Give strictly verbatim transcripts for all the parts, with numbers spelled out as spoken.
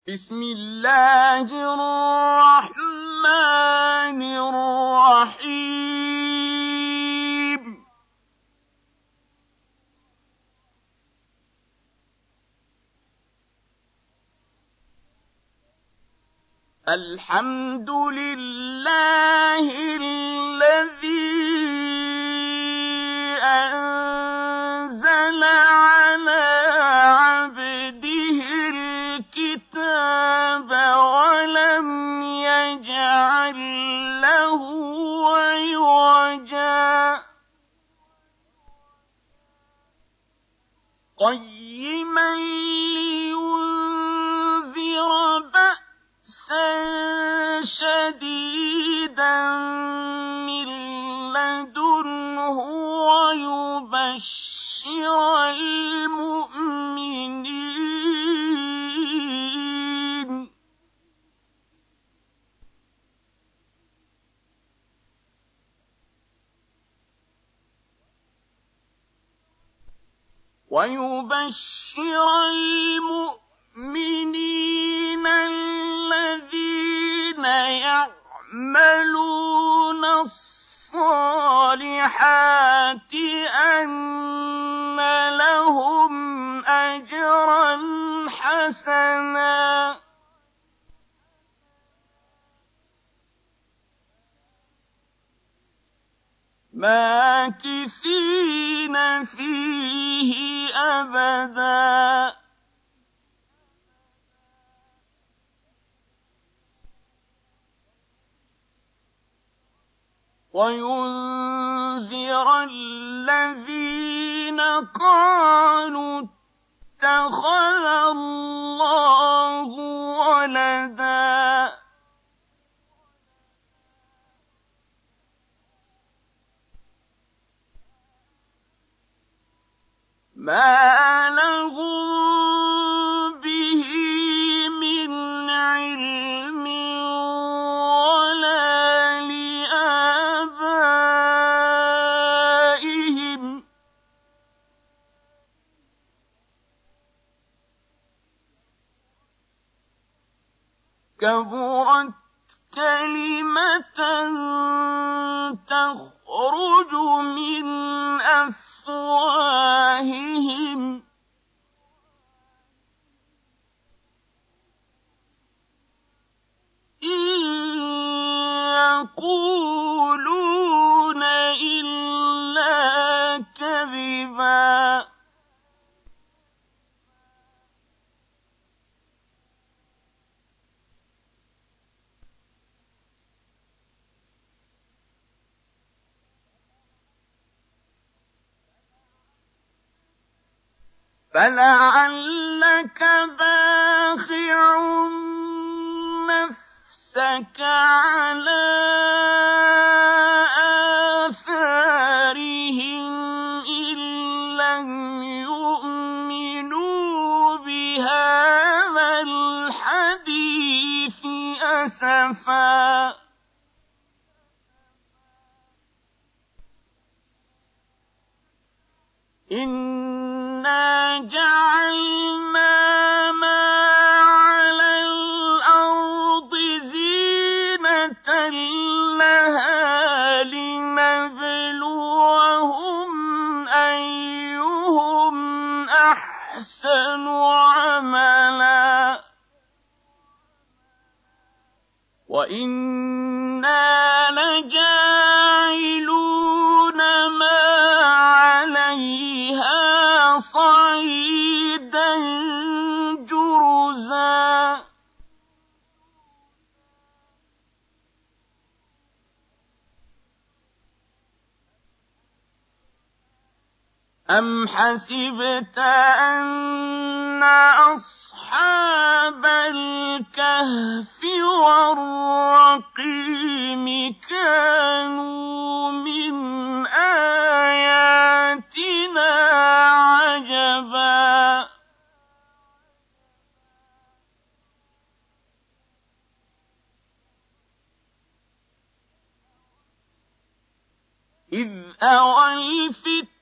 بسم الله الرحمن الرحيم الحمد لله الذي أنزل على عبده الكتاب ولم يجعل له عوجا قيما لينذر بأسا شديدا من لدنه ويبشر المؤمنين ويبشر المؤمنين الذين يعملون الصالحات أن لهم أجرا حسنا ماكثين فيه أبدا وينذر الذين قالوا اتخذ الله ولدا ما لهم به من علم ولا لآبائهم كبرت كلمة تخرج من أفواههم إن يقولون إلا كذبا فلعلك باخع نفسك على آثارهم إن لم يؤمنوا بهذا الحديث أسفا إنا جعلنا ما على الأرض زينة لها لنبلوهم أيهم أحسن عملا وإنا لجاعلون ما عليها صعيدا جرزا أم حسبت أن أصحاب الكهف والرقيم كانوا من آياتنا عجبا إذ أوى الفتية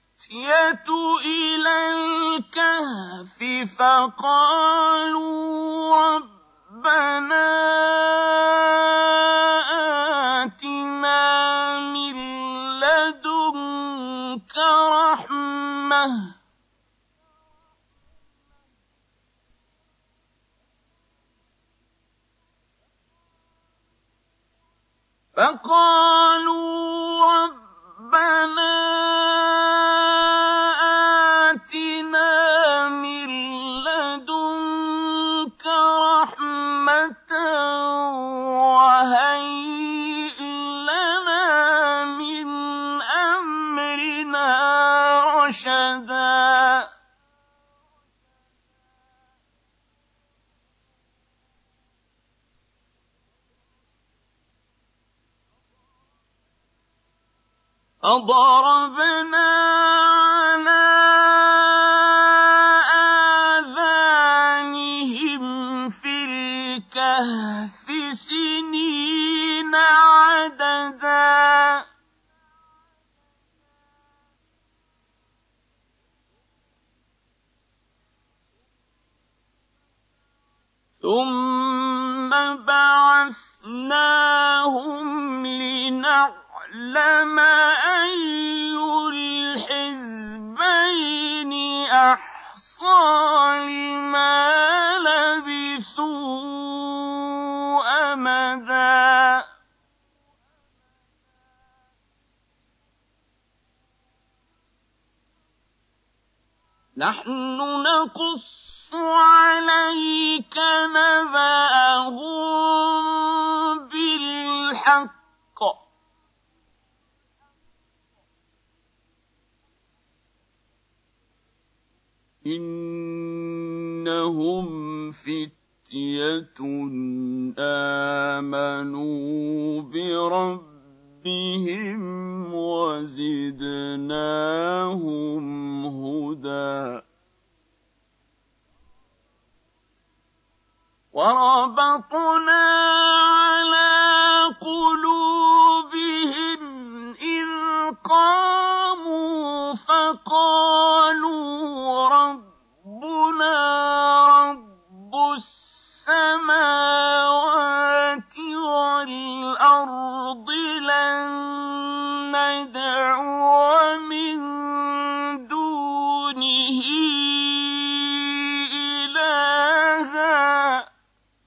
إلى الكهف فقالوا فقالوا ربنا آتنا من لدنك رحمة وهيئ لنا من أمرنا رشدا فضربنا على آذانهم في الكهف سنين عددا ثم بعثناهم لنعلم أي الحزبين أحصى لما لبثوا أمدا نحن نقص عليك نبأهم بالحق إنهم فتية آمنوا بربهم وزدناهم هدى وربطنا على قلوبهم إذ قاموا فقالوا ربنا رب السماوات والأرض لن ندعو من دونه إلها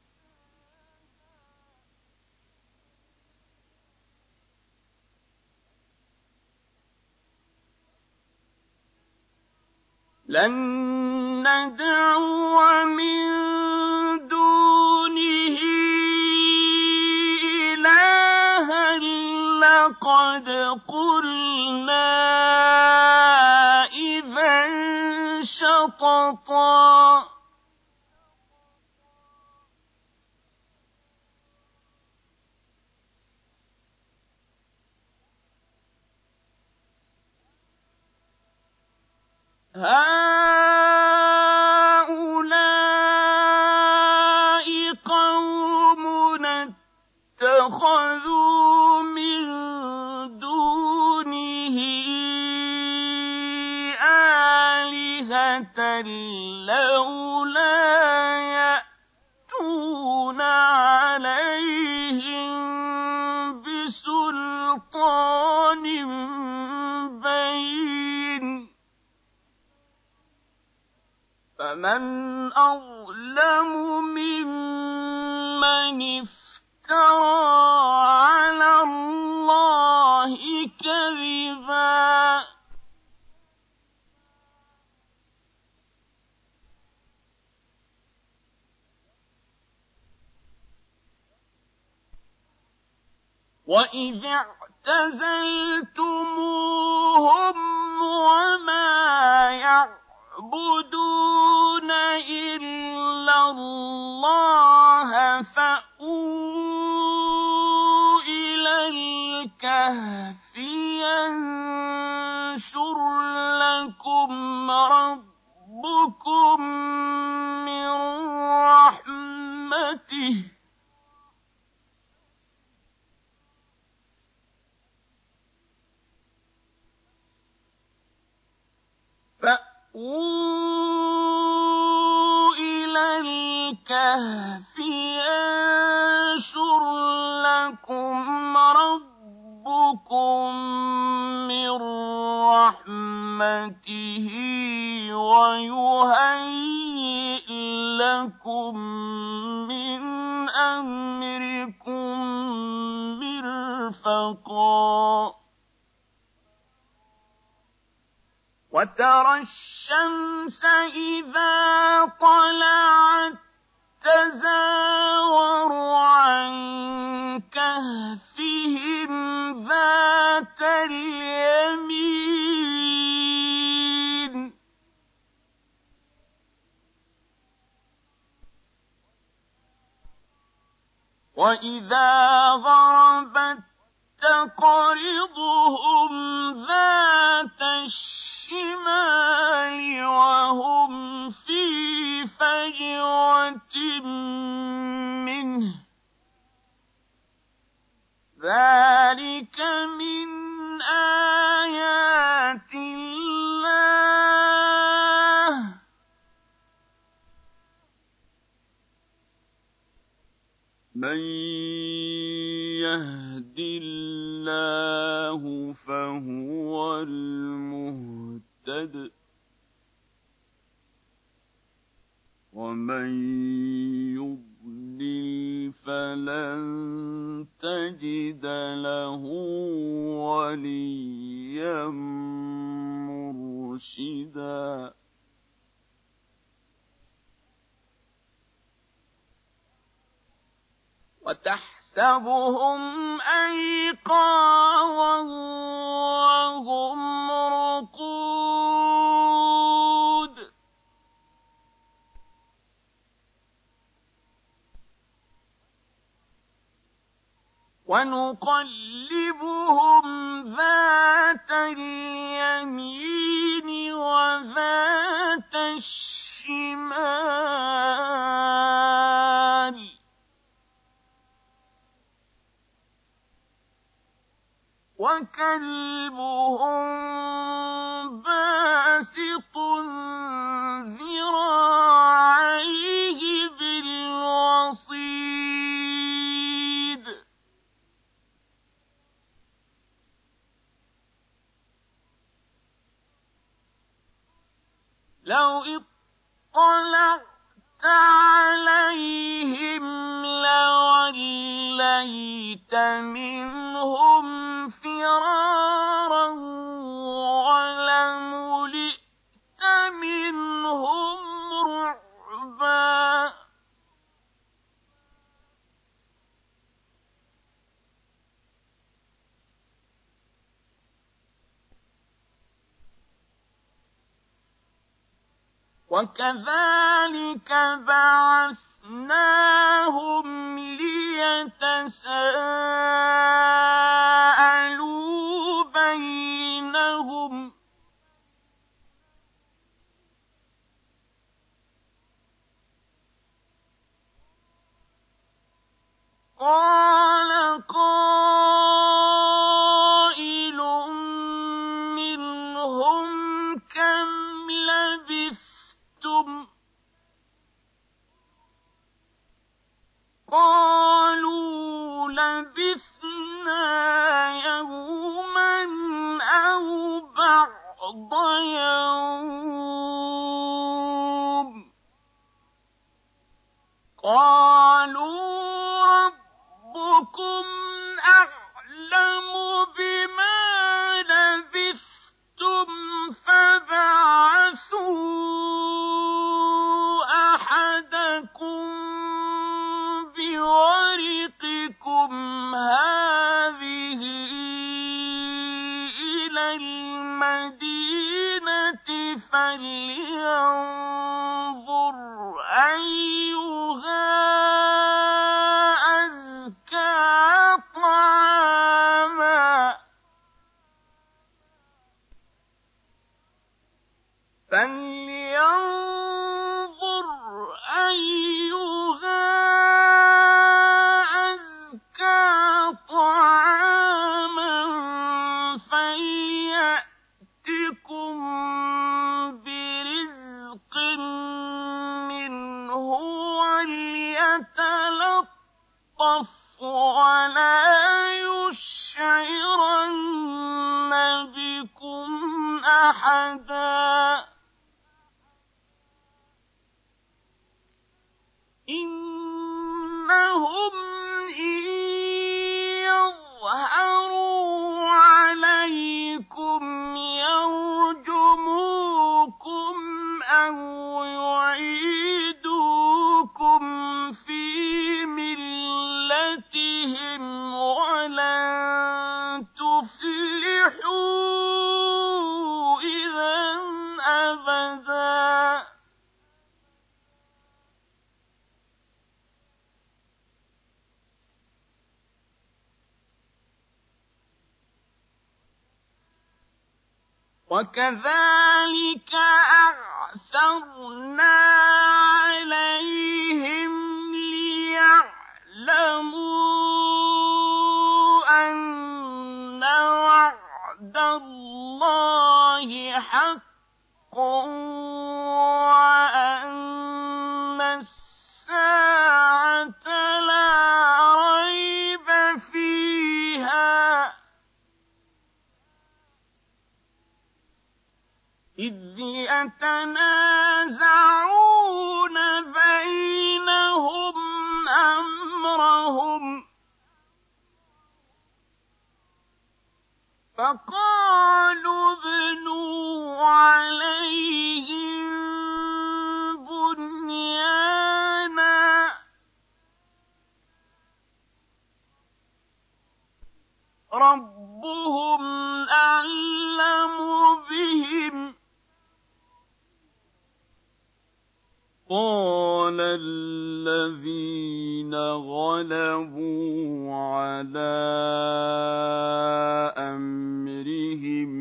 لن ندعو من دونه إلها لقد قلنا إذا شططا هؤلاء قومنا اتخذوا من دونه آلهة لولا يأتون عليهم بسلطان بين فمن أظلم ممن افترى على الله كذبا وَإِذِ اعْتَزَلْتُمُوهُمْ وَمَا يَعْبُدُونَ إِلَّا اللَّهَ فَأْوُوا إِلَى الْكَهْفِ يَنشُرْ لَكُمْ رَبُّكُم مِّن رَّحْمَتِهِ فَأْوُوا إِلَى الْكَهْفِ يَنشُرْ لَكُمْ رَبُّكُم مِّن رَّحْمَتِهِ وَيُهَيِّئْ لَكُم مِّنْ أَمْرِكُم مِّرْفَقًا شفقا وترى الشمس إذا طلعت تزاور عن كهفهم ذات اليمين وإذا غربت تقرضهم ذات الشمال وهم في فجوة منه ذلك من آيات الله من يهد الله فهو المهتد ومن يضلل فلن تجد له وليا مرشدا وتحسبهم أيقاظا وهم رقود ونقلبهم ذات اليمين وذات الشمال وكلبهم باسط ذراعيه بالوصيد لو اطلعت عليهم لوليت منهم فرارا ولملئت منهم رعبا وكذلك بعثناهم ليتساءلوا بينهم قال قائل منهم كم لبثتم قالوا لبثنا يوما أو بعض يوم قالوا ربكم أعلم بما لبثتم فابعثوا أحدكم بورقكم هذه إلى المدينة فلينظر أيها أزكى طعاما فلينظر أيها أزكى طعاما فليأتكم برزق منه وليتلطف ولا يشعرن بكم أحدا إنهم إن يظهروا وكذلك أعثرنا عليهم ليعلموا أن وعد الله حق وأن الساعة لا ريب فيها إذ يتنازعون بينهم أمرهم فقالوا ابنوا عليهم بنيانا ربهم أعلم بهم قال الذين غلبوا على أمرهم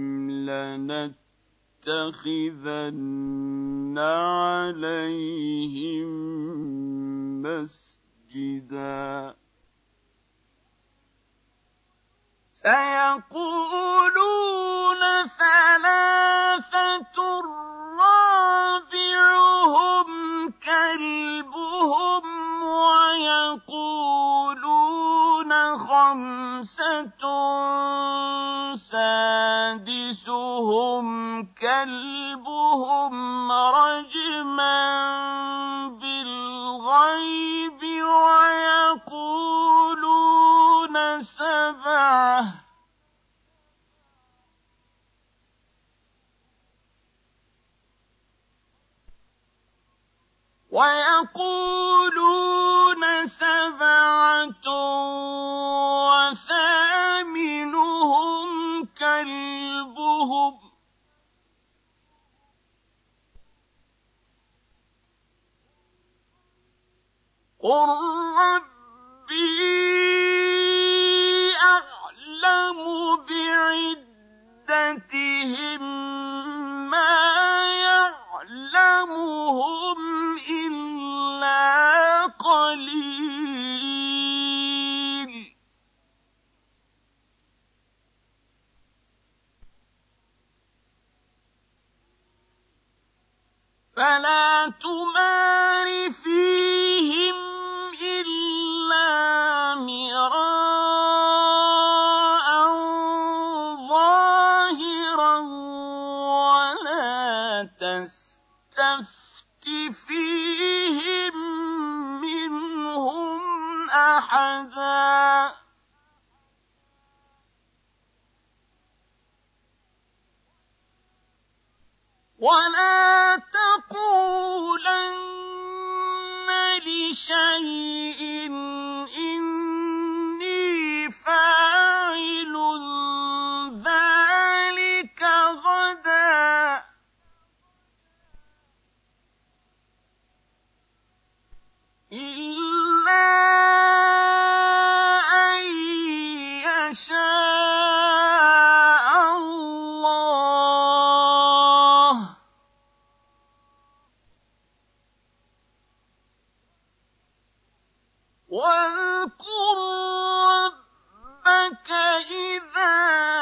لنتخذن عليهم مسجدا سيقولون ثلاثة رابعهم كلبهم ويقولون خمسة سادسهم كلبهم رجما بالغيب ويقولون سبعة ويقولون سبعة وثامنهم كلبهم قل ربي أعلم بعدتهم ما يعلمهم إلا قليل فلا تمار فيهم إلا مراء ظاهرا ولا تستفت فيهم منهم أحدا ولا تقولن لشيء إني فاعل ذلك غدا إلا أن يشاء الله واذكر ربك إذا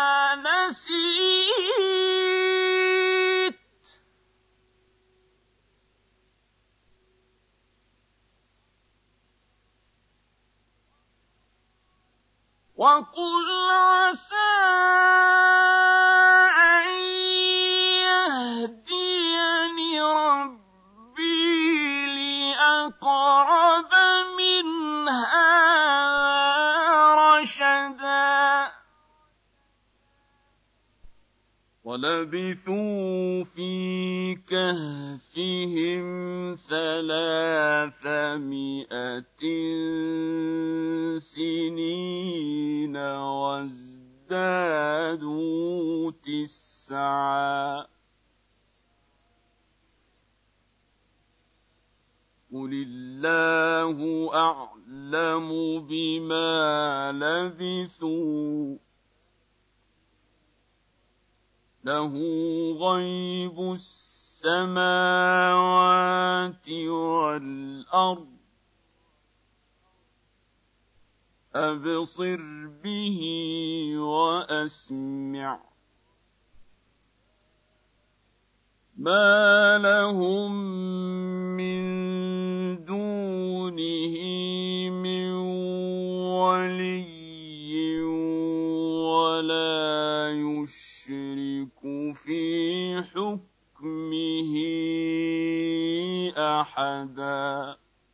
نسيت وقل عسى أن يهديني ربي لأقرب من هذا رشدا ولبثوا في كهفهم ثلاثمائة سنين وازدادوا تسعا قل الله أعلم بما لبثوا له غيب السماوات والأرض أبصر به وأسمع ما لهم من دونه من ولي ولا يشرك في حكمه أحدا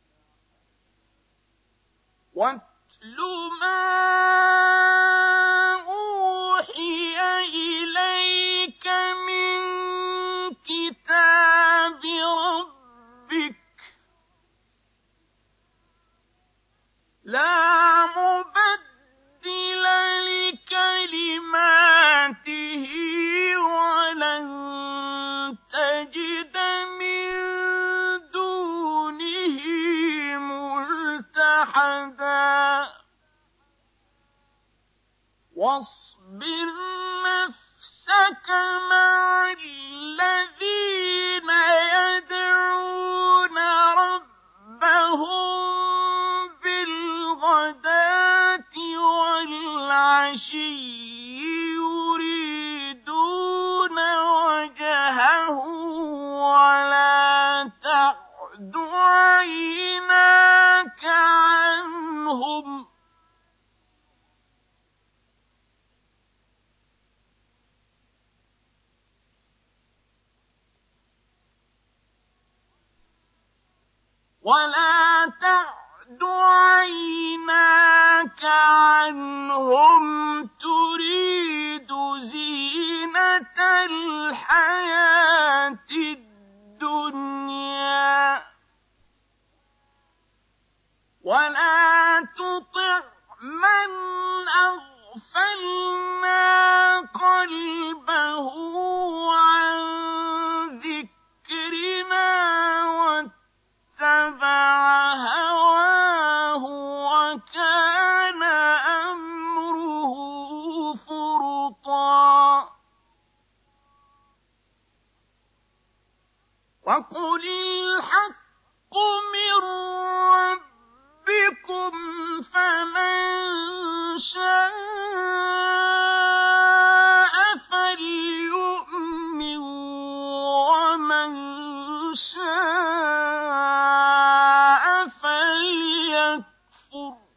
واتل ما أوحي إليك من كتاب ربك لا مبدل لكلماته ولن تجد من دونه ملتحدا واصبر نفسك مع الذين يدعون ربهم بالغداة والعشي يريدون وجهه ولا تعد عيناك عنهم ولا تعد عيناك عنهم تريد زينة الحياة الدنيا ولا تطع من أغفلنا قلبه عن ذكرنا واتبع هواه وكان أمره فرطا وقل الحق من ربكم فمن شاء فليؤمن ومن شاء فليكفر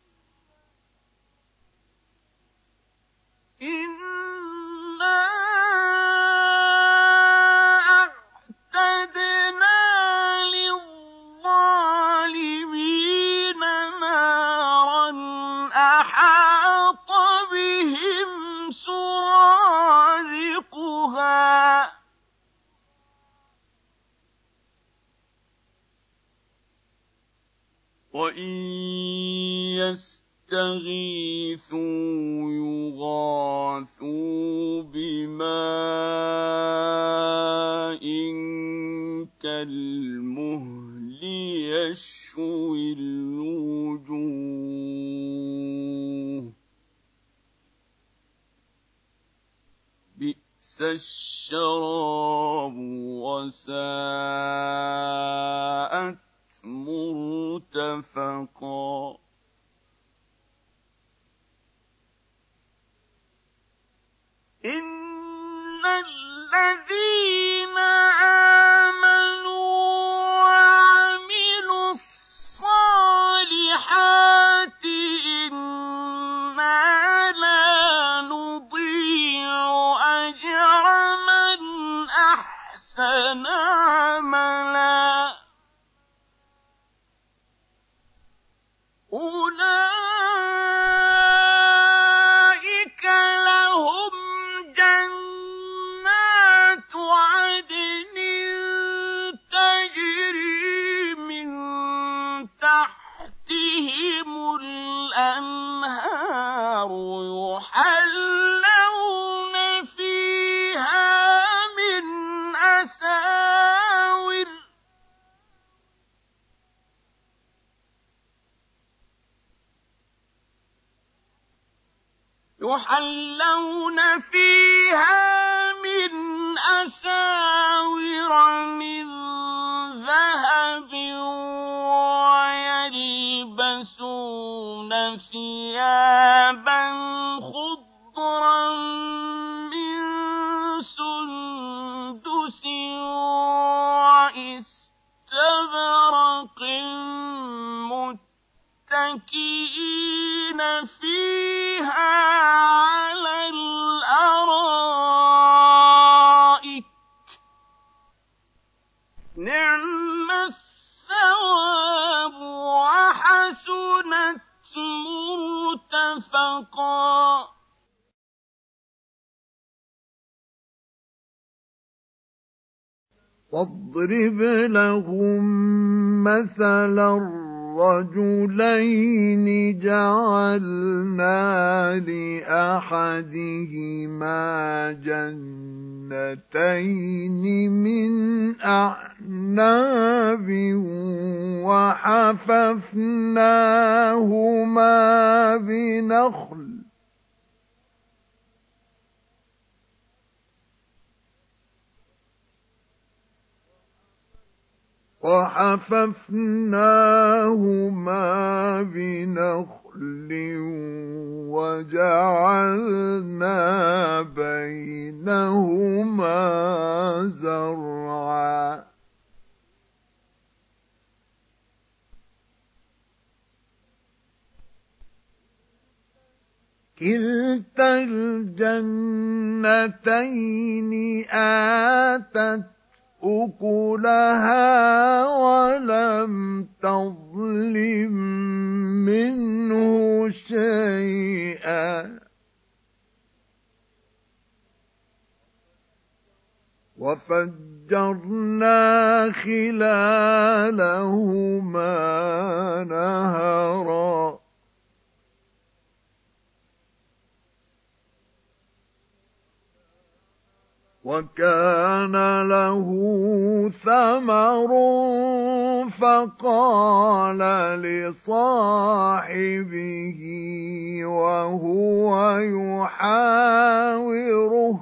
إنا أعتدنا للظالمين نارا أحاط بهم سرادقها وإن يستغيثوا يغاثوا بماء كالمهل يشوي الوجوه بئس الشراب وساءت مرتفقا إن الذين آمنوا وعملوا الصالحات إنا لا نضيع أجر من أحسن عملا أولئك لهم جنات عدن تجري من تحتهم الأنهار يحلون فيها من أساور يحلون فيها من أساور من ذهب ويلبسون ثيابا خضرا من سندس وإستبرق متكئين فيها على الأرائك نعم الثواب وحسنت مرتفقا. واضرب لهم مثلا الرجلين جعلنا لأحدهما جنتين من أعناب وحففناهما بنخل وحففناهما بنخل وجعلنا بينهما زرعا كلتا الجنتين آتت أكلها ولم تظلم منه شيئا وفجرنا خلالهما نهرا وكان له ثمر فقال لصاحبه وهو يحاوره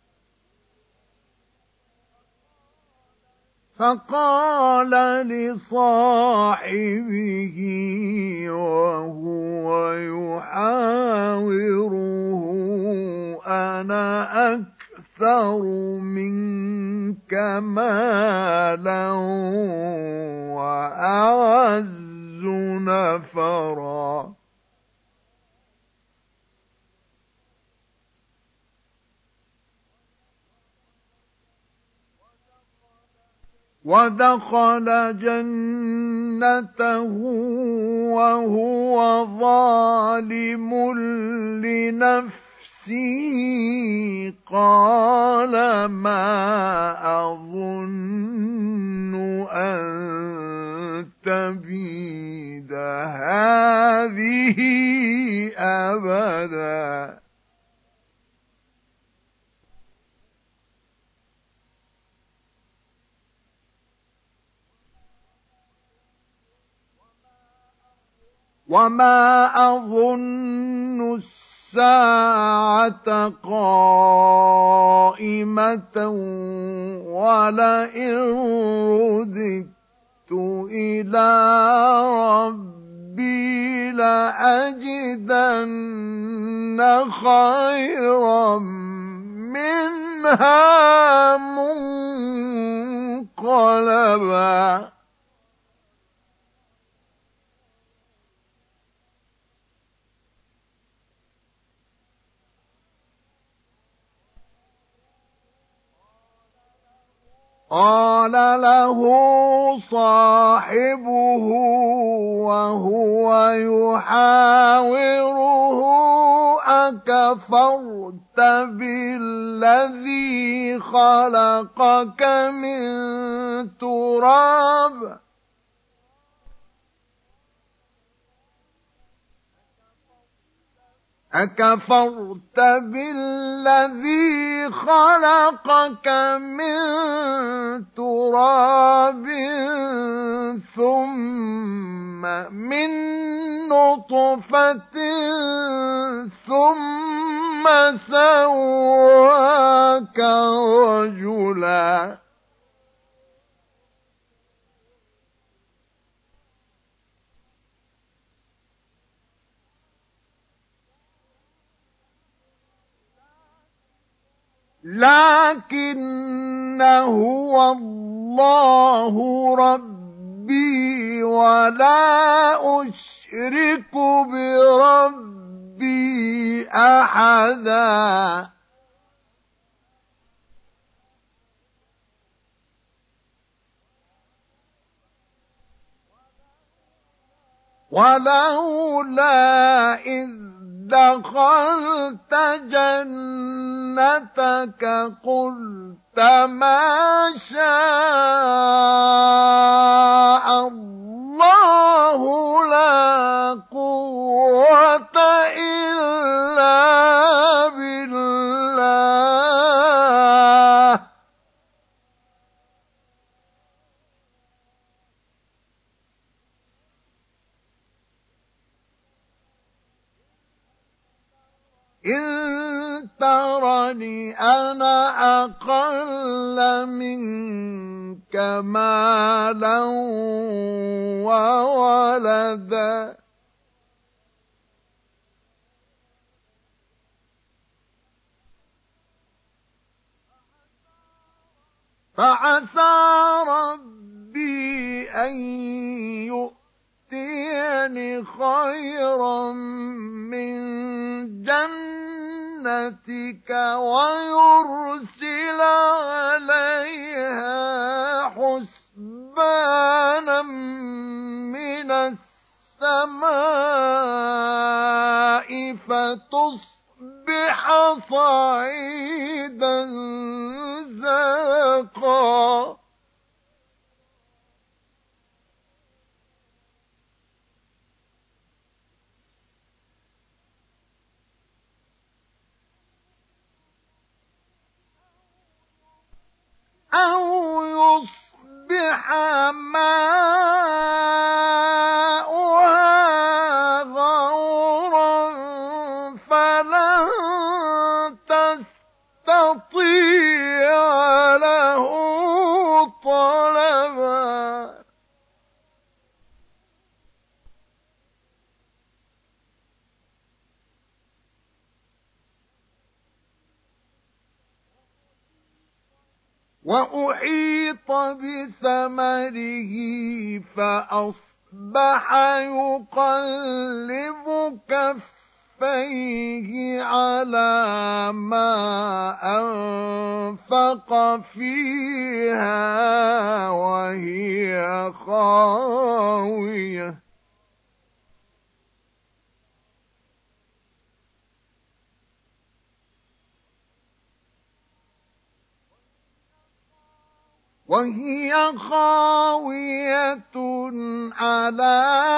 فقال لصاحبه وهو يحاوره أنا أكثر أكثر منك مالا وأعز نفرا ودخل جنته وهو ظالم لنفسه قال ما أظن أن تبيد هذه أبدا وما أظن الساعة قائمة ولئن رددت إلى ربي لأجدن خيرا منها منقلبا قال له صاحبه وهو يحاوره أكفرت بالذي خلقك من تراب أكفرت بالذي خلقك من تراب ثم من نطفة ثم ثم سواك رجلا لكن هو الله ربي ولا أشرك بربي أحدا ولولا إذ دخلت جنتك قلت ما شاء الله لا قوة إلا بالله إن ترني أنا أقل منك مالا وولدا فعسى ربي أن يؤتيني خيرا من جنتك ويرسل عليها حسبانا من السماء فتصبح صعيدا زلقا أو يصبح ماؤها غورا فلن تستطيع له طلبا وأحيط بثمره فأصبح يقلب كفيه على ما أنفق فيها وهي خاوية وهي خاوية على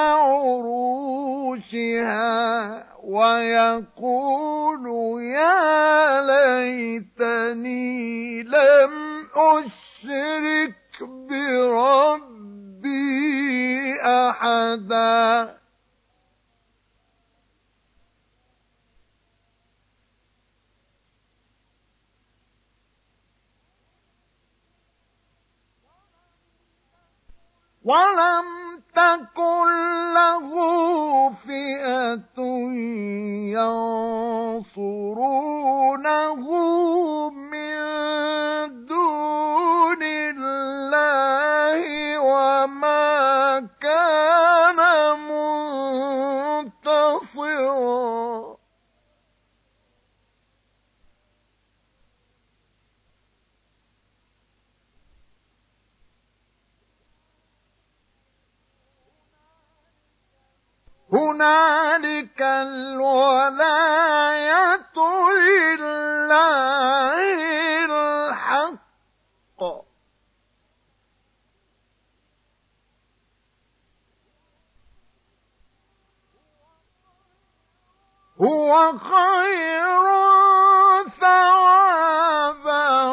عروشها ويقول يا ليتني لم أشرك بربي أحدا ولم تكن له فئة ينصرونه من دون الله وما كان منتصرا هنالك الولاية لله الحق هو خير ثوابا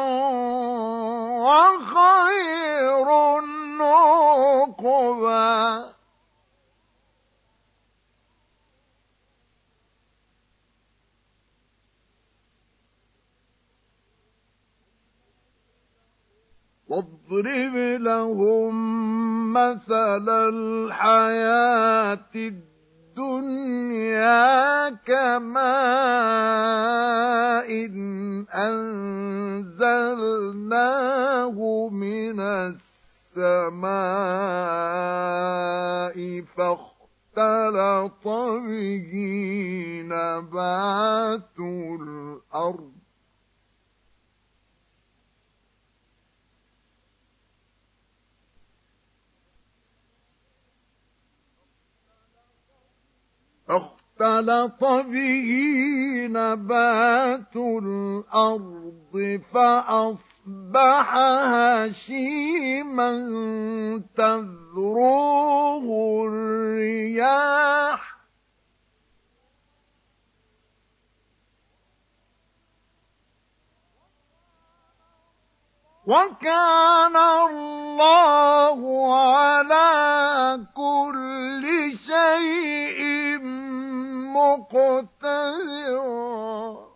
وخير عقبا واضرب لهم مثل الحياة الدنيا كماء إن أنزلناه من السماء فاختلط به نبات الأرض فاختلط به نبات الأرض فأصبح هشيما تذروه الرياح وكان الله على كل شيء مقتدرا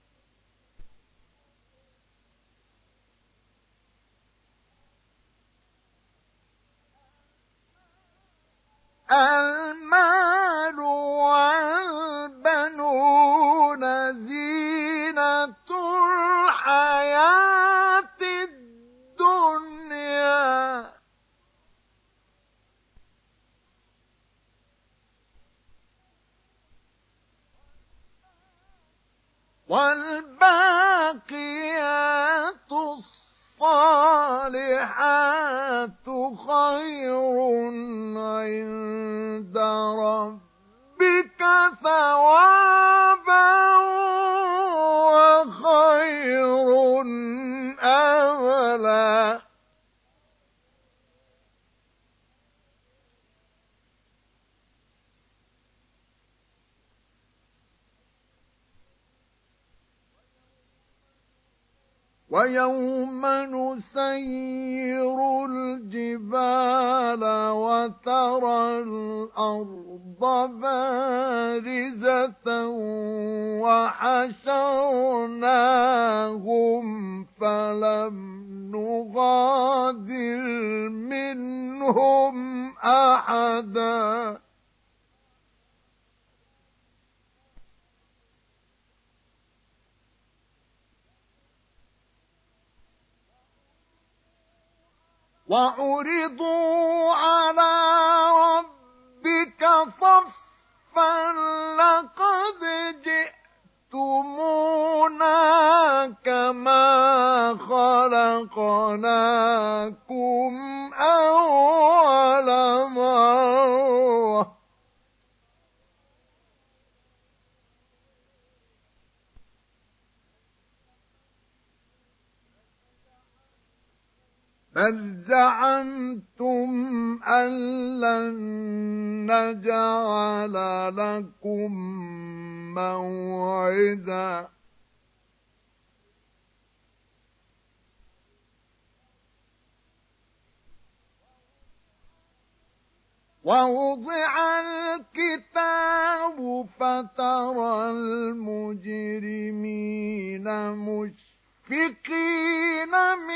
المال والبنون زينة الحياة الدنيا والباقيات الصالحات خير عند ربك ثوابا وخير أملا ويوم نسير الجبال وترى الأرض بارزة وحشرناهم فلم نغادر منهم أحدا وعرضوا على ربك صفا لقد جئتمونا كما خلقناكم أول مرة بل زعمتم أن لن نجعل لكم موعدا ووضع الكتاب فترى المجرمين مشفقين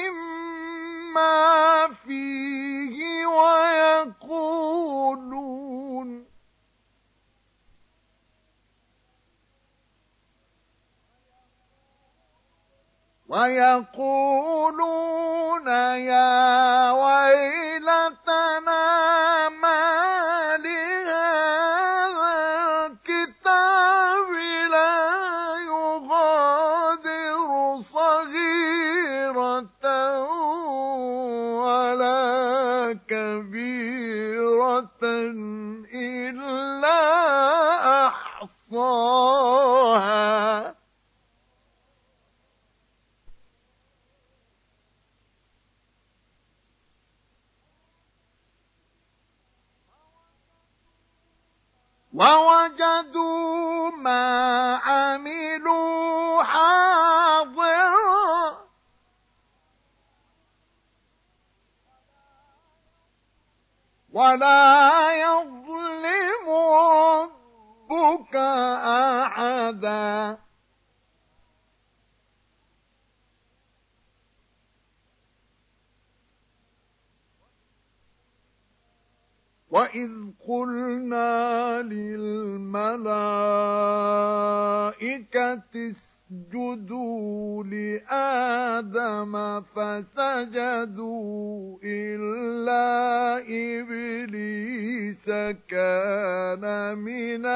مما فيه ويقولون ويقولون يا ويلتنا ما لهذا الكتاب لا يغادر صغيرة ولا كبيرة إلا أحصاها ووجدوا ما عملوا حاضرا ولا يظلم ربك أحدا وَإِذْ قُلْنَا لِلْمَلَائِكَةِ اسْجُدُوا لِآدَمَ فَسَجَدُوا إِلَّا إِبْلِيسَ كَانَ مِنَ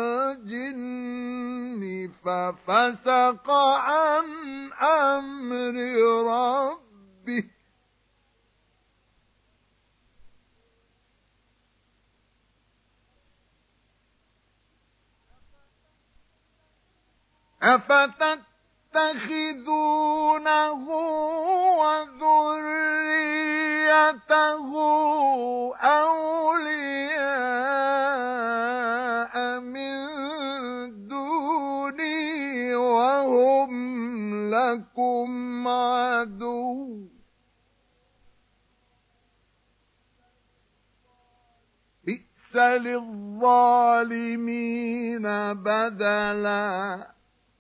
الْجِنِّ فَفَسَقَ عَنْ أَمْرِ رَبِّهِ أَفَتَتَّخِذُونَهُ وَذُرِّيَّتَهُ أَوْلِيَاءَ مِن دُونِي وَهُمْ لَكُمْ عَدُوٌّ ۚ بِئْسَ لِلظَّالِمِينَ بَدَلًا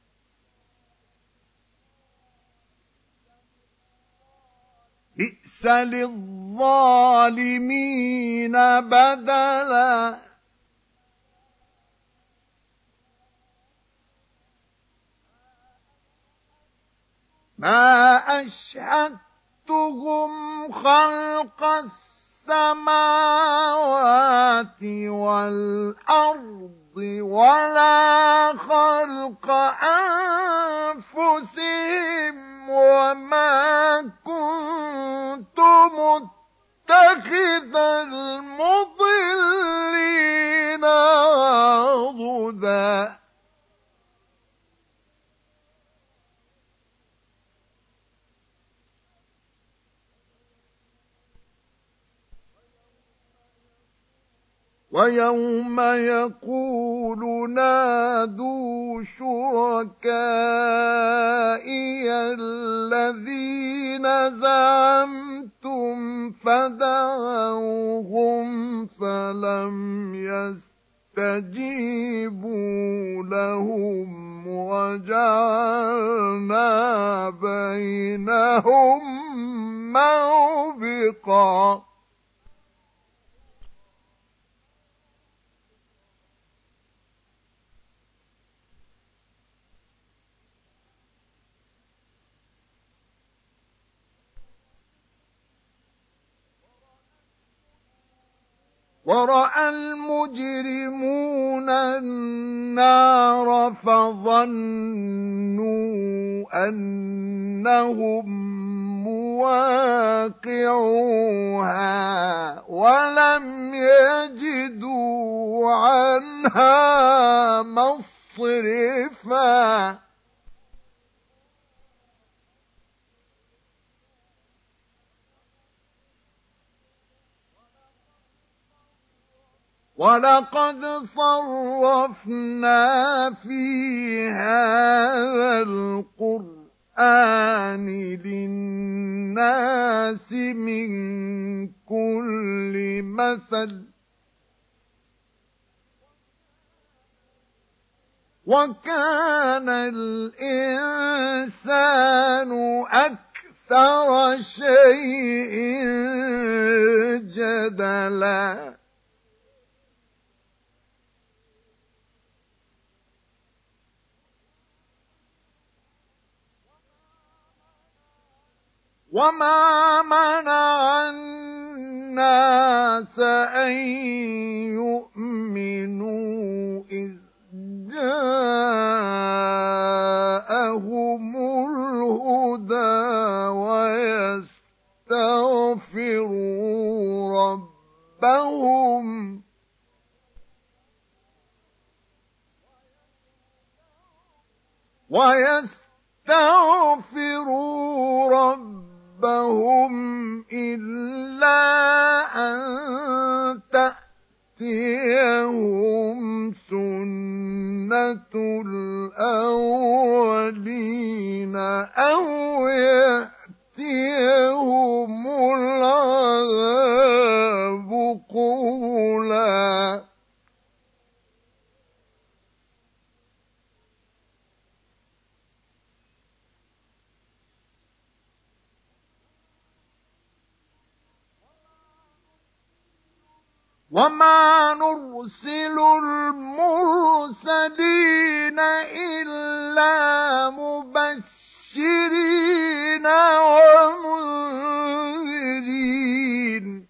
بِئْسَ لِلظَّالِمِينَ بَدَلًا مَا أَشْهَدتُّهُمْ خَلْقَ السَّمَاوَاتِ وَالْأَرْضِ وَلَا خَلْقَ أَنفُسِهِمْ وَمَا كُنتُ مُتَّخِذَ الْمُضِلِّينَ عَضُدًا وَيَوْمَ يَقُولُ نَادُوا شُرَكَائِيَ الَّذِينَ زَعَمْتُمْ فَدَعَوْهُمْ فَلَمْ يَسْتَجِيبُوا لَهُمْ وَجَعَلْنَا بَيْنَهُم مَّوْبِقًا وَرَأَى الْمُجْرِمُونَ النَّارَ فَظَنُّوا أَنَّهُم مُّوَاقِعُوهَا وَلَمْ يَجِدُوا عَنْهَا مَصْرِفًا وَلَقَدْ صَرَّفْنَا فِي هَٰذَا الْقُرْآنِ لِلنَّاسِ مِن كُلِّ مَثَلٍ وَكَانَ الْإِنسَانُ أَكْثَرَ شَيْءٍ جَدَلًا وَمَا مَنَعَ النَّاسَ أَن يُؤْمِنُوا إِذْ جَاءَهُمُ الْهُدَىٰ وَيَسْتَغْفِرُوا رَبَّهُمْ وَيَسْتَغْفِرُوا رَبَّهُمْ إِلَّا أَن تَأْتِيَهُمْ سُنَّةُ الْأَوَّلِينَ أَوْ يَأْتِيَهُمُ الْعَذَابُ قُبُلًا وما نرسل المرسلين إلا مبشرين ومنذرين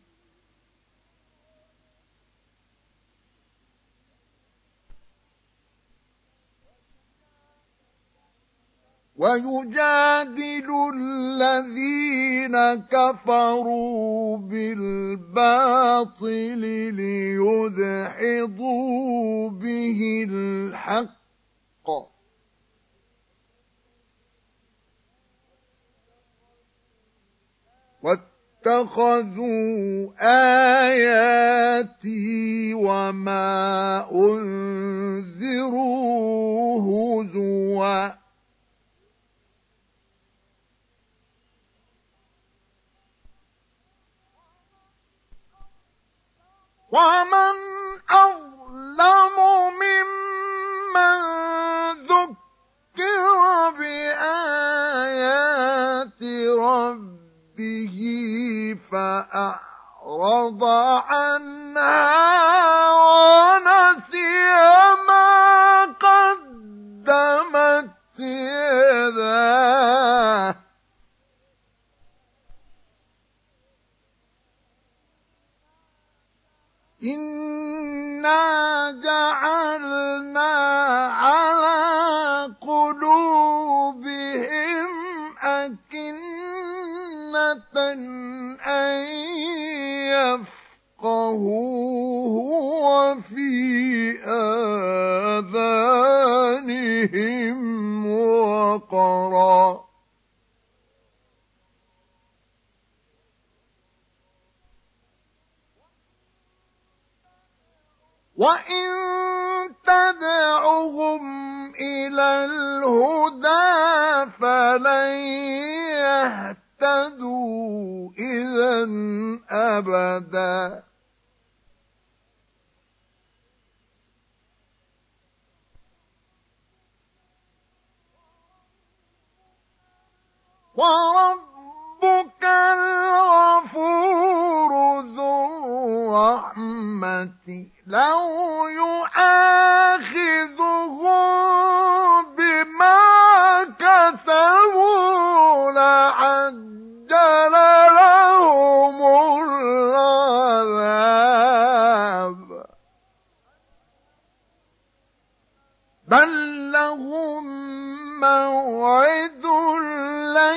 ويجادل الذين كفروا بالباطل ليدحضوا به الحق واتخذوا آياتي وما أنذروا هزوا ومن أظلم ممن ذكر بآيات ربه فأعرض عنها ونسي ما قدمت يداه إنا جعلنا على قلوبهم أكنة أن يفقهوه وفي آذانهم وقرا وإن تدعهم إلى الهدى فلن يهتدوا إذا أبدا وربك الغفور ذو الرحمة لو يؤاخذهم بما كسبوا لعجل لهم العذاب بل لهم موعد لن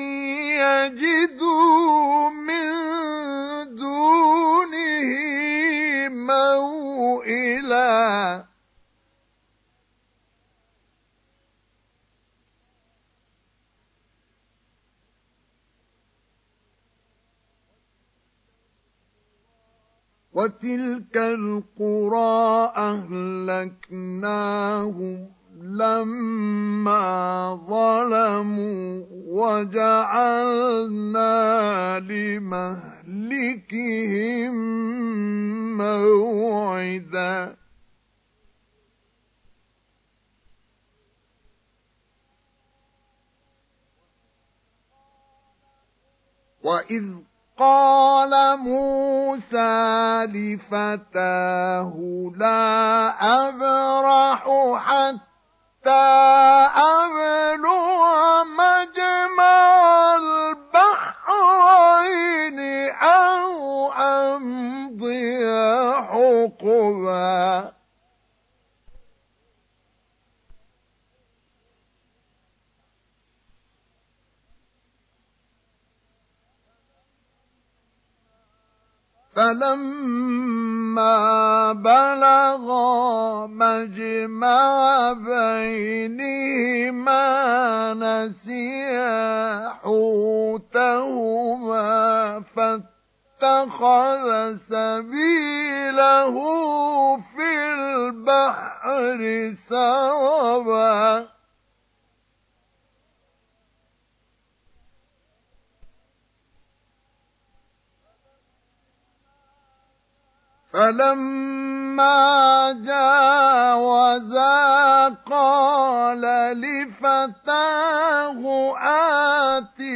يجدوا من دونه موئلا وتلك القرى أهلكناهم لما ظلموا وجعلنا لمهلكهم موعدا وإذ قال موسى لفتاه لا أبرح حتى أبلغ مجمع البحرين أو أمضي حقبا فلما بلغا مجمع بينهما نسيا حوتهما فاتخذ سبيله في البحر سربا فلما جاوزا قال لفتاه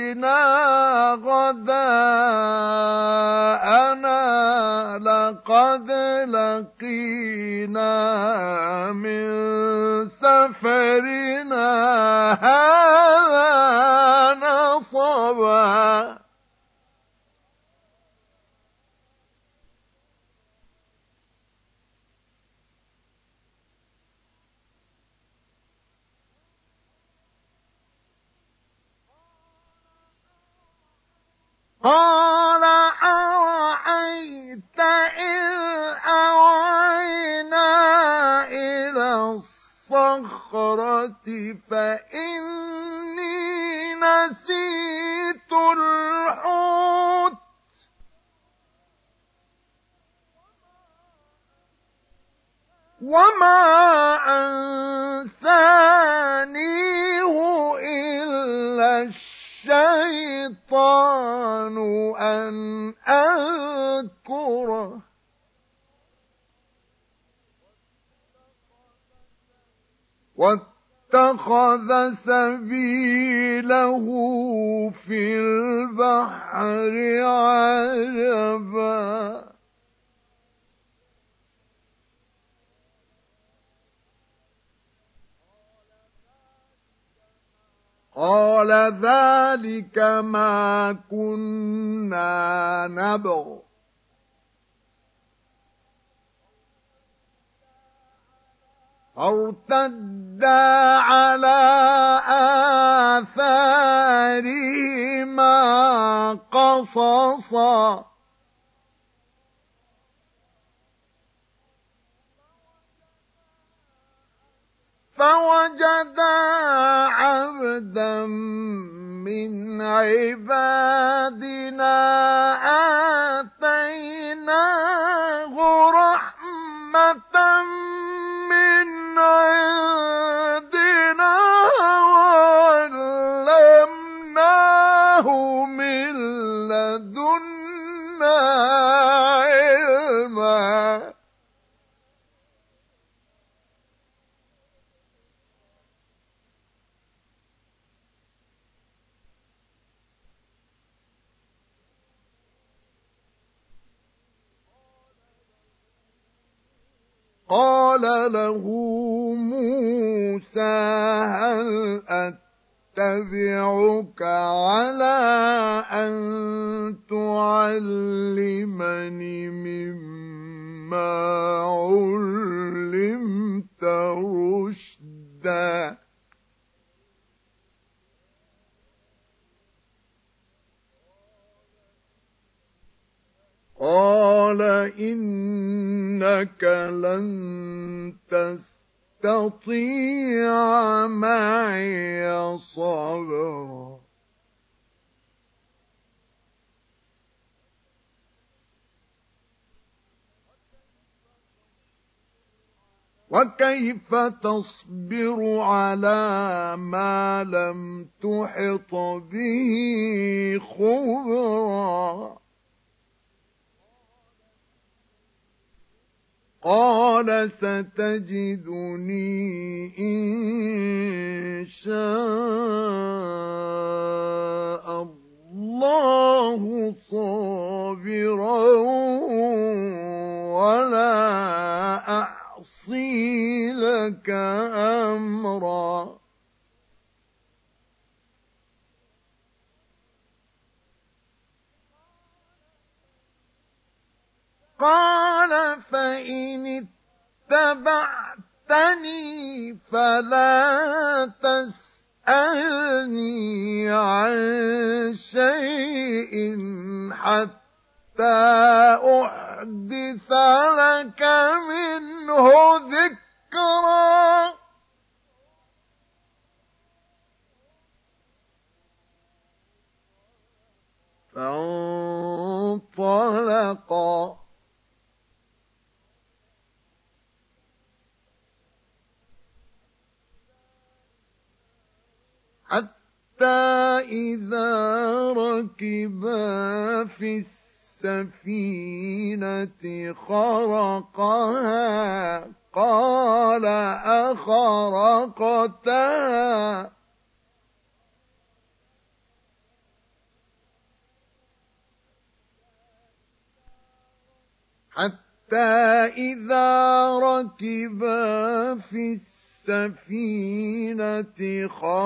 آتنا غداءنا لقد لقد لقينا من سفرنا هذا نصبا قال أرأيت إذ أوينا إلى الصخرة فإني نسيت الحوت وما أنسانيه إلا الشيطان أن أذكره واتخذ سبيله في البحر عجبا قال ذلك ما كنا نبغ فارتدا على آثارهما قصصا فوجدا عبدا من عبادنا آتيناه رحمة من عندنا وعلمناه من لدنا علما قال له موسى هل أتبعك على أن تعلمني مما علمت رشدا قال إنك لن تستطيع معي صبرا وكيف تصبر على ما لم تحط به خبرا قال ستجدني إن شاء الله صابرا ولا أعصي لك أمرا قال فإن اتبعتني فلا تسألني عن شيء حتى أحدث لك منه ذكرا فانطلقا حتى إذا ركبا في السفينة خرقها قال أخرقتها حتى إذا ركبا في السفينة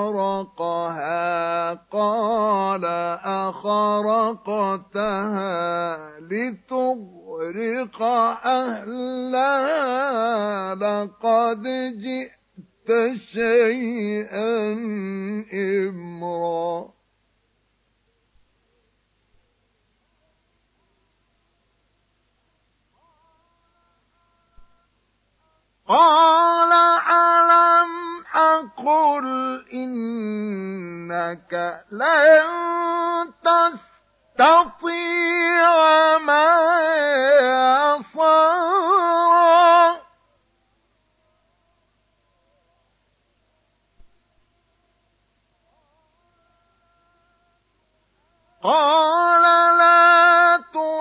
خرقها قال أخرقتها لتغرق أهلها لقد جئت شيئا إمرا. قال ألم أقل إنك لن تستطيع معي صبرا. قال لا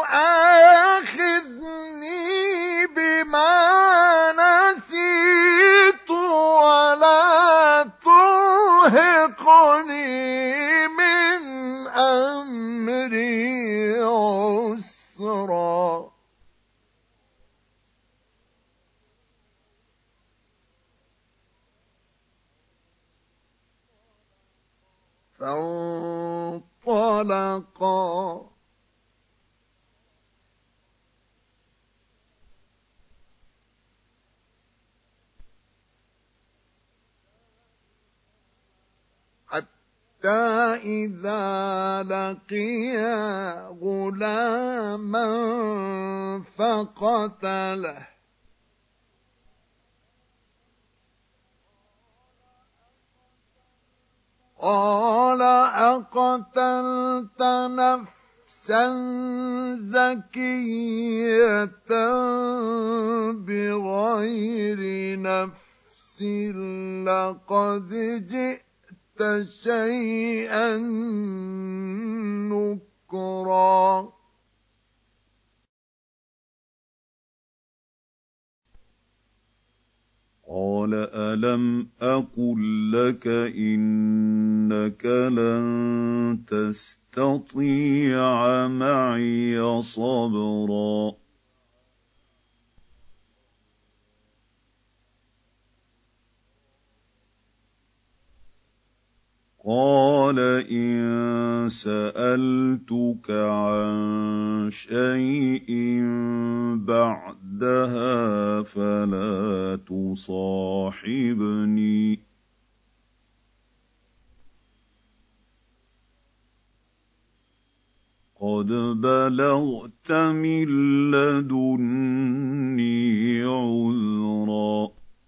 تؤاخذني بما نسيت ولا ترهقني من أمري عسرا. فانطلقا حتى إذا لقيا غلاما فقتله قال أقتلت نفسا زكية بغير نفس لقد جئت شيئا نكرا. قال ألم أقل لك إنك لن تستطيع معي صبرا. قال إن سألتك عن شيء بعدها فلا تصاحبني قد بلغت من لدني عذرا.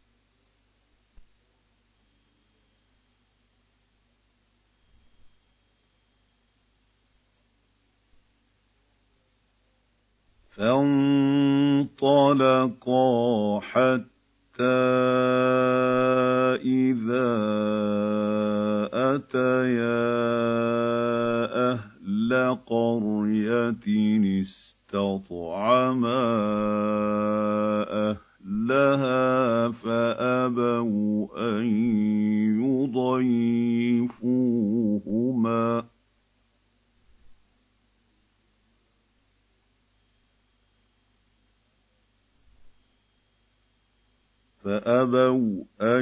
فانطلقا حتى إذا أتيا أهل قرية استطعما أهلها فأبوا أن يضيفوهما فأبوا أن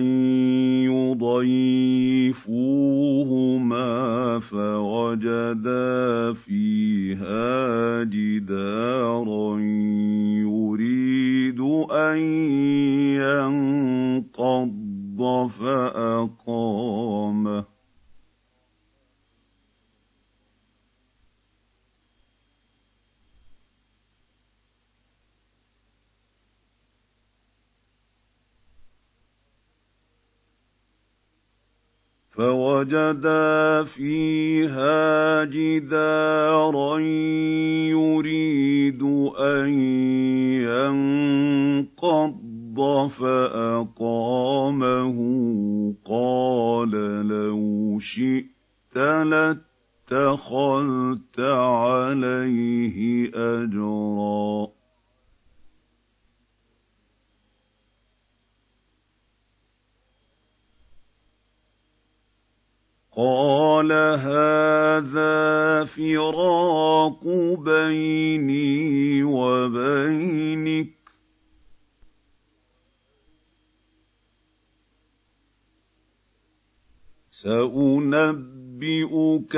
يضيفوهما فوجدا فيها جدارا يريد أن ينقض فأقامه فوجدا فيها جدارا يريد أن ينقض فأقامه قال لو شئت لاتخذت عليه أجرا. قال هذا فراق بيني وبينك سأنبئك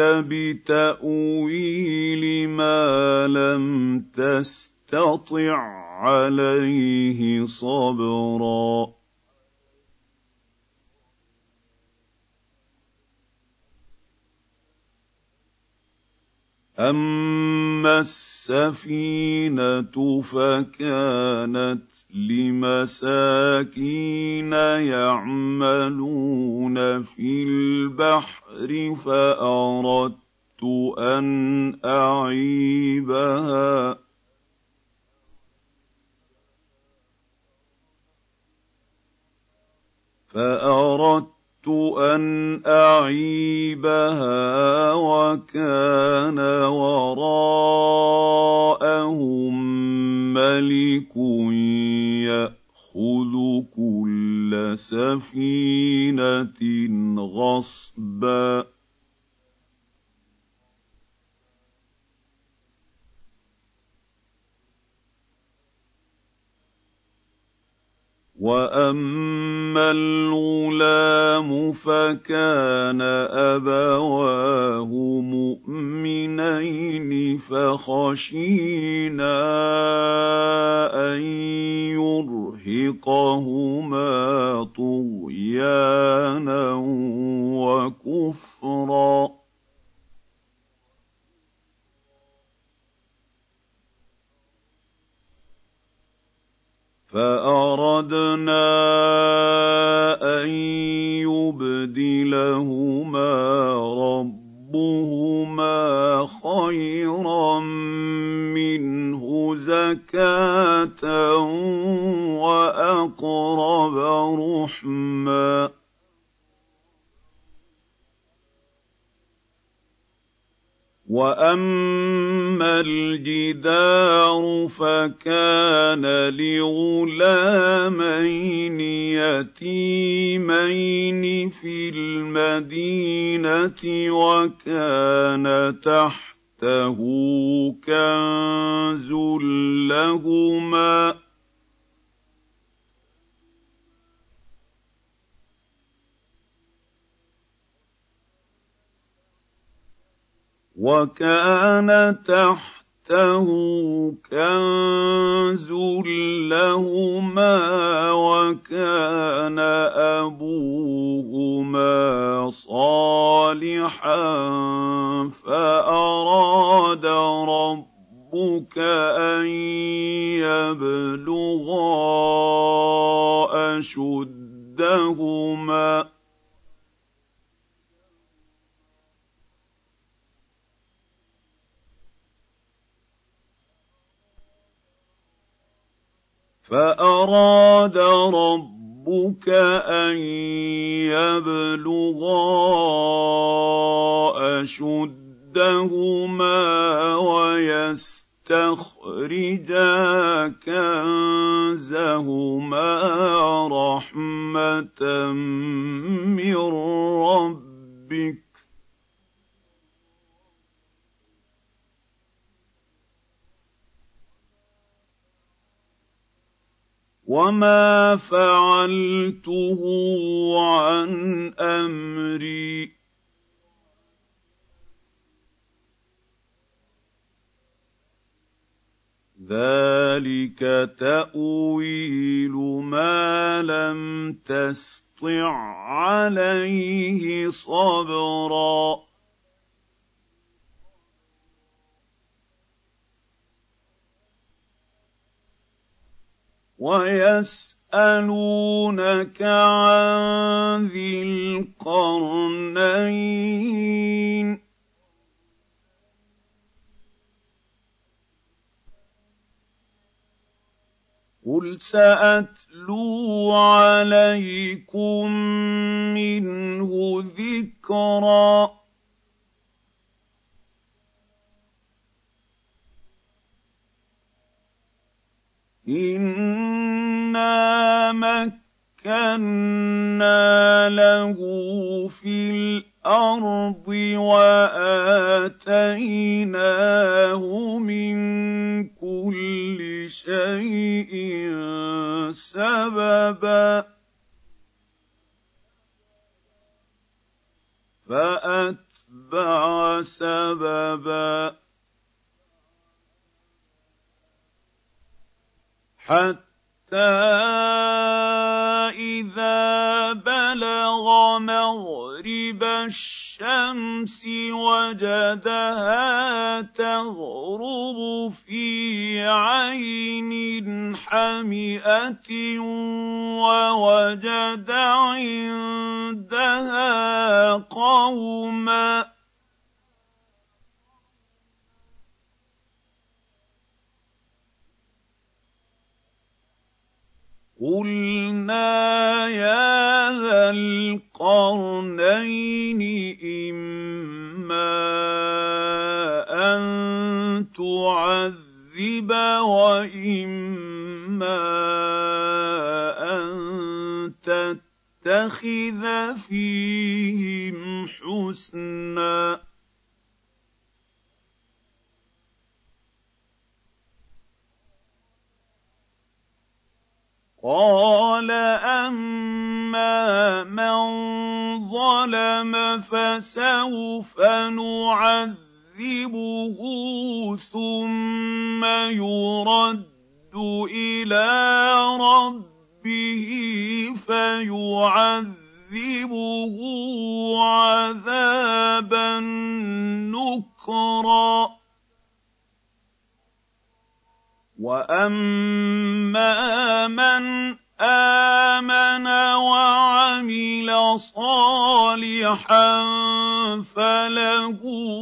بتأويل ما لم تستطع عليه صبرا أما السفينة فكانت لمساكين يعملون في البحر فأردت أن أعيبها فأردت أن أعيبها وكان وراءهم ملك يأخذ كل سفينة غصبا وأما الغلام فكان أبواه مؤمنين فخشينا أن يرهقهما طغيانا وكفرا فأردنا أن يبدلهما ربهما خيرا منه زكاة وأقرب رحما وأما الجدار فكان لغلامين يتيمين في المدينة وكان تحته كنز لهما وكان تحته كنز لهما وكان أبوهما صالحا فأراد ربك أن يبلغا أشدهما فأراد ربك أن يبلغا أشدهما ويستخرجا كنزهما رحمة من ربك وما فعلته عن أمري ذلك تأويل ما لم تسطع عليه صبرا ويسألونك عن ذي القرنين قل سأتلو عليكم منه ذكرا إنا مكنا له في الأرض وآتيناه من كل شيء سببا فأتبع سببا حتى إذا بلغ مغرب الشمس وجدها تغرب في عين حمئة ووجد عندها قوما قلنا يا ذا القرنين إما أن تعذب وإما أن تتخذ فيهم حسنا قال أما من ظلم فسوف نعذبه ثم يرد إلى ربه فيعذبه عذابا نكرا وأما من آمن وعمل صالحا فله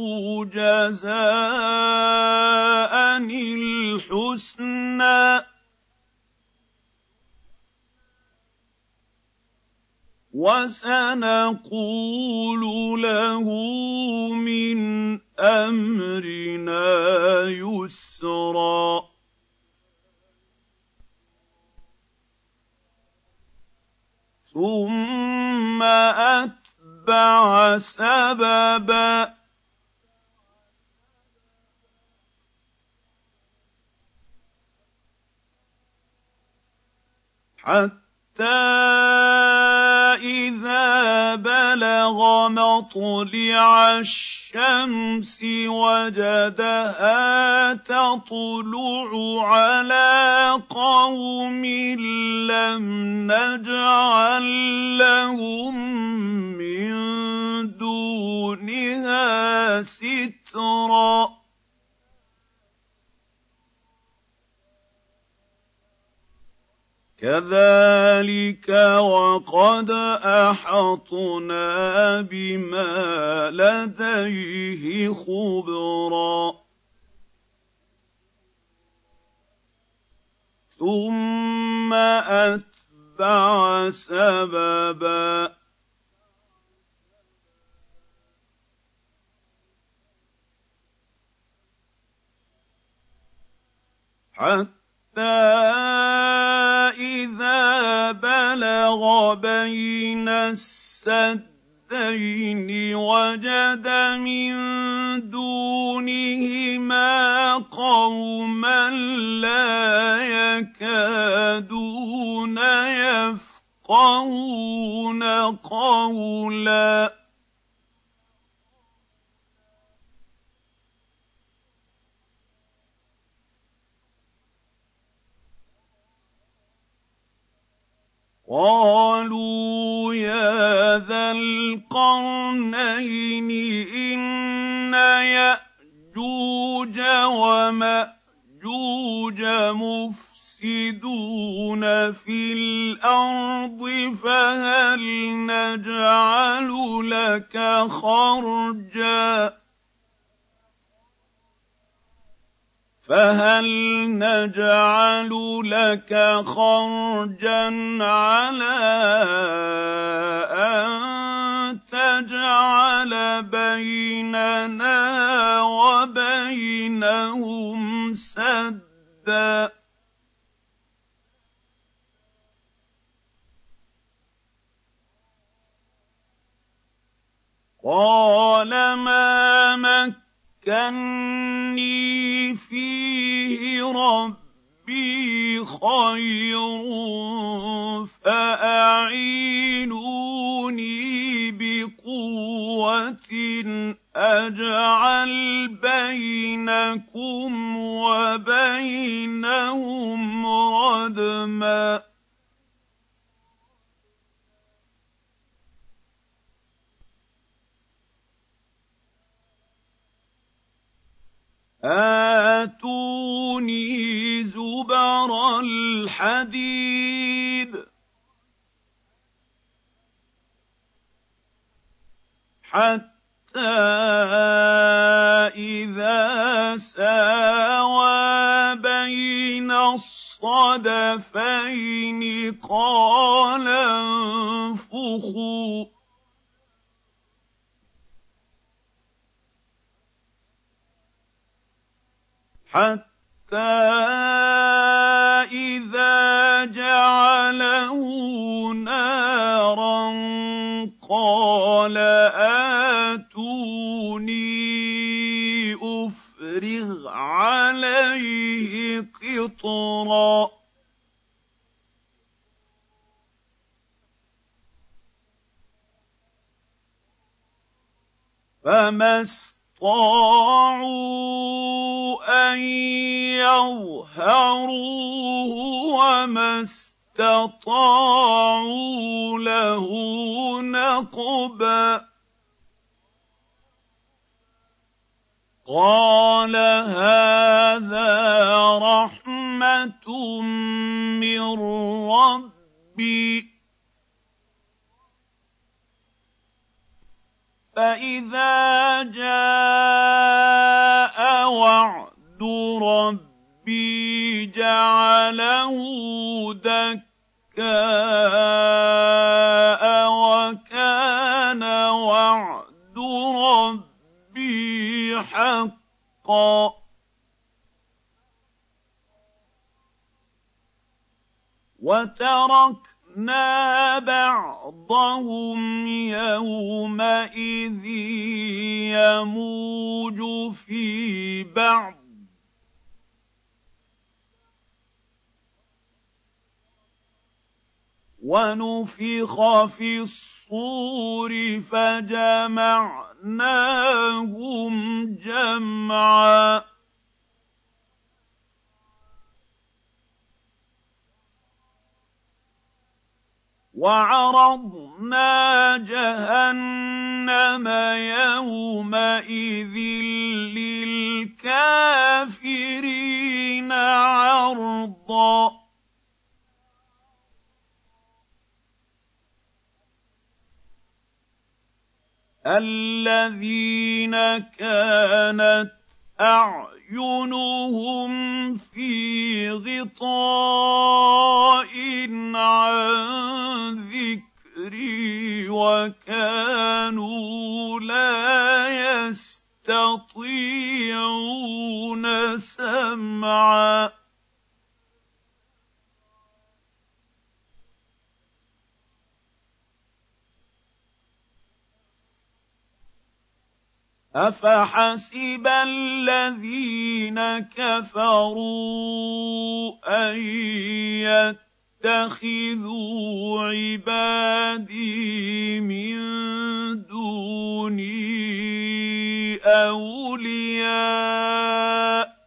جزاء الحسنى وسنقول له من أمرنا يسرا ثم أتبع سببا حتى إذا بلغ مطلع الشمس وجدها تطلع على قوم لم نجعل لهم من دونها سترا كذلك وقد أحطنا بما لديه خبرا ثم أتبع سببا حتى إذا بلغ بين السدين وجد من دونهما قوما لا يكادون يفقهون قولا قالوا يا ذا القرنين إن يأجوج ومأجوج مفسدون في الأرض فهل نجعل لك خرجا فهل نجعل لك خرجا على أن تجعل بيننا وبينهم سدا قال ما مكني فيه ربي خير فأعينوني بقوة أجعل بينكم وبينهم ردما آتوني زبر الحديد حتى إذا ساوى بين الصدفين قال انفخوا حتى إذا جعله نارا قال آتوني أفرغ عليه قطرا فما استطاعوا أن يظهروه وما استطاعوا له نقبا قال هذا رحمة من ربي فإذا جاء وعد ربي جعله دكاء وكان وعد ربي حقا وتركنا بعضهم يومئذ يموج في بعض ونفخ في الصور فجمعناهم جمعا وعرضنا جهنم يومئذ للكافرين عرضا الذين كانت أعينهم في غطاء عن ذكري وكانوا لا يستطيعون سمعا أفحسب الذين كفروا أن يتخذوا عبادي من دوني أولياء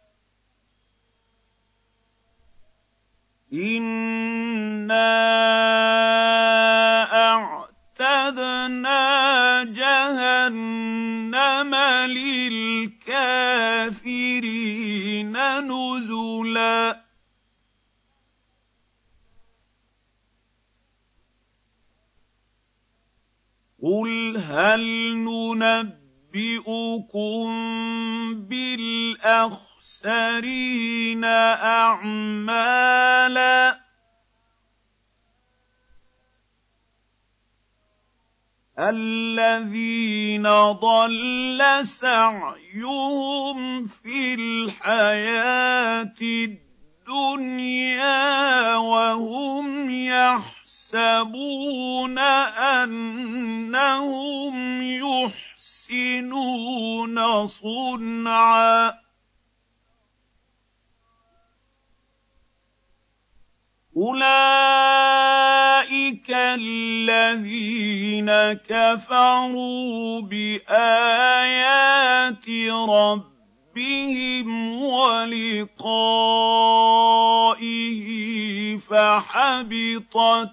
إنا أعتدنا جهنم للكافرين نزلا قل هل ننبئكم بالأخسرين أعمالا الذين ضل سعيهم في الحياة الدنيا وهم يحسبون أنهم يحسنون صنعا أولئك الذين كفروا بآيات ربهم ولقائه فحبطت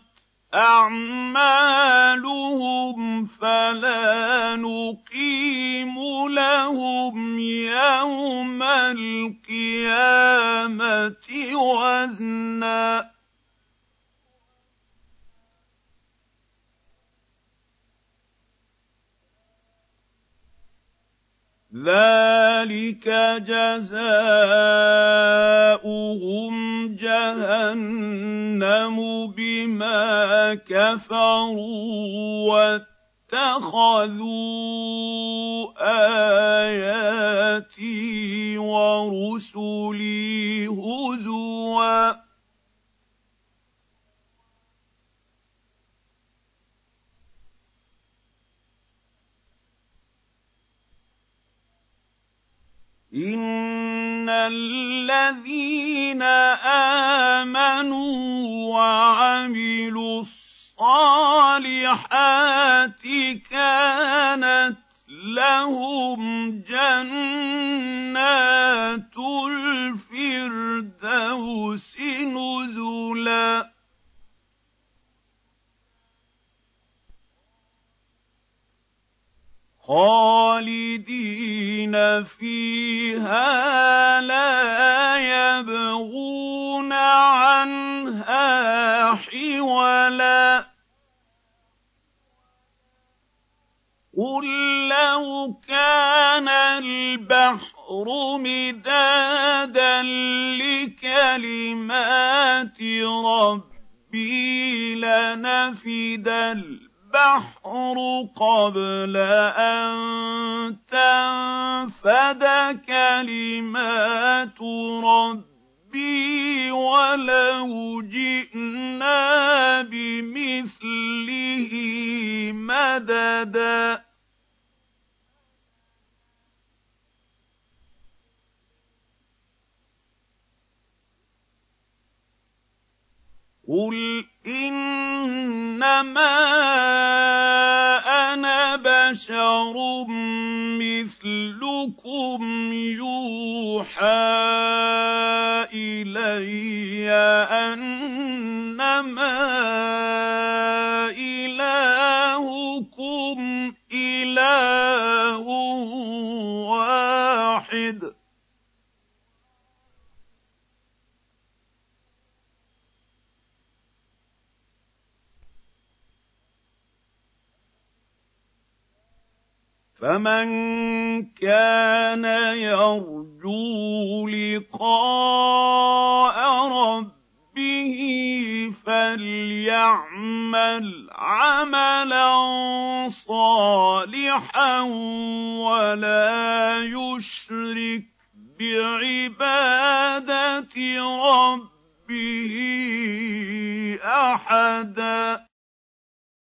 أعمالهم فلا نقيم لهم يوم القيامة وزنا ذلك جزاؤهم جهنم بما كفروا واتخذوا آياتي ورسلي هزوا إن الذين آمنوا وعملوا الصالحات كانت لهم جنات الفردوس نزلا خالدين فيها لا يبغون عنها حولا قل لو كان البحر مدادا لكلمات ربي لنفد البحر البحر قبل أن تنفد كلمات ربي ولو جئنا بمثله مددا قل إنما أنا بشر مثلكم يوحى إلي أنما إلهكم إله واحد فمن كان يرجو لقاء ربه فليعمل عملا صالحا ولا يشرك بعبادة ربه أحدا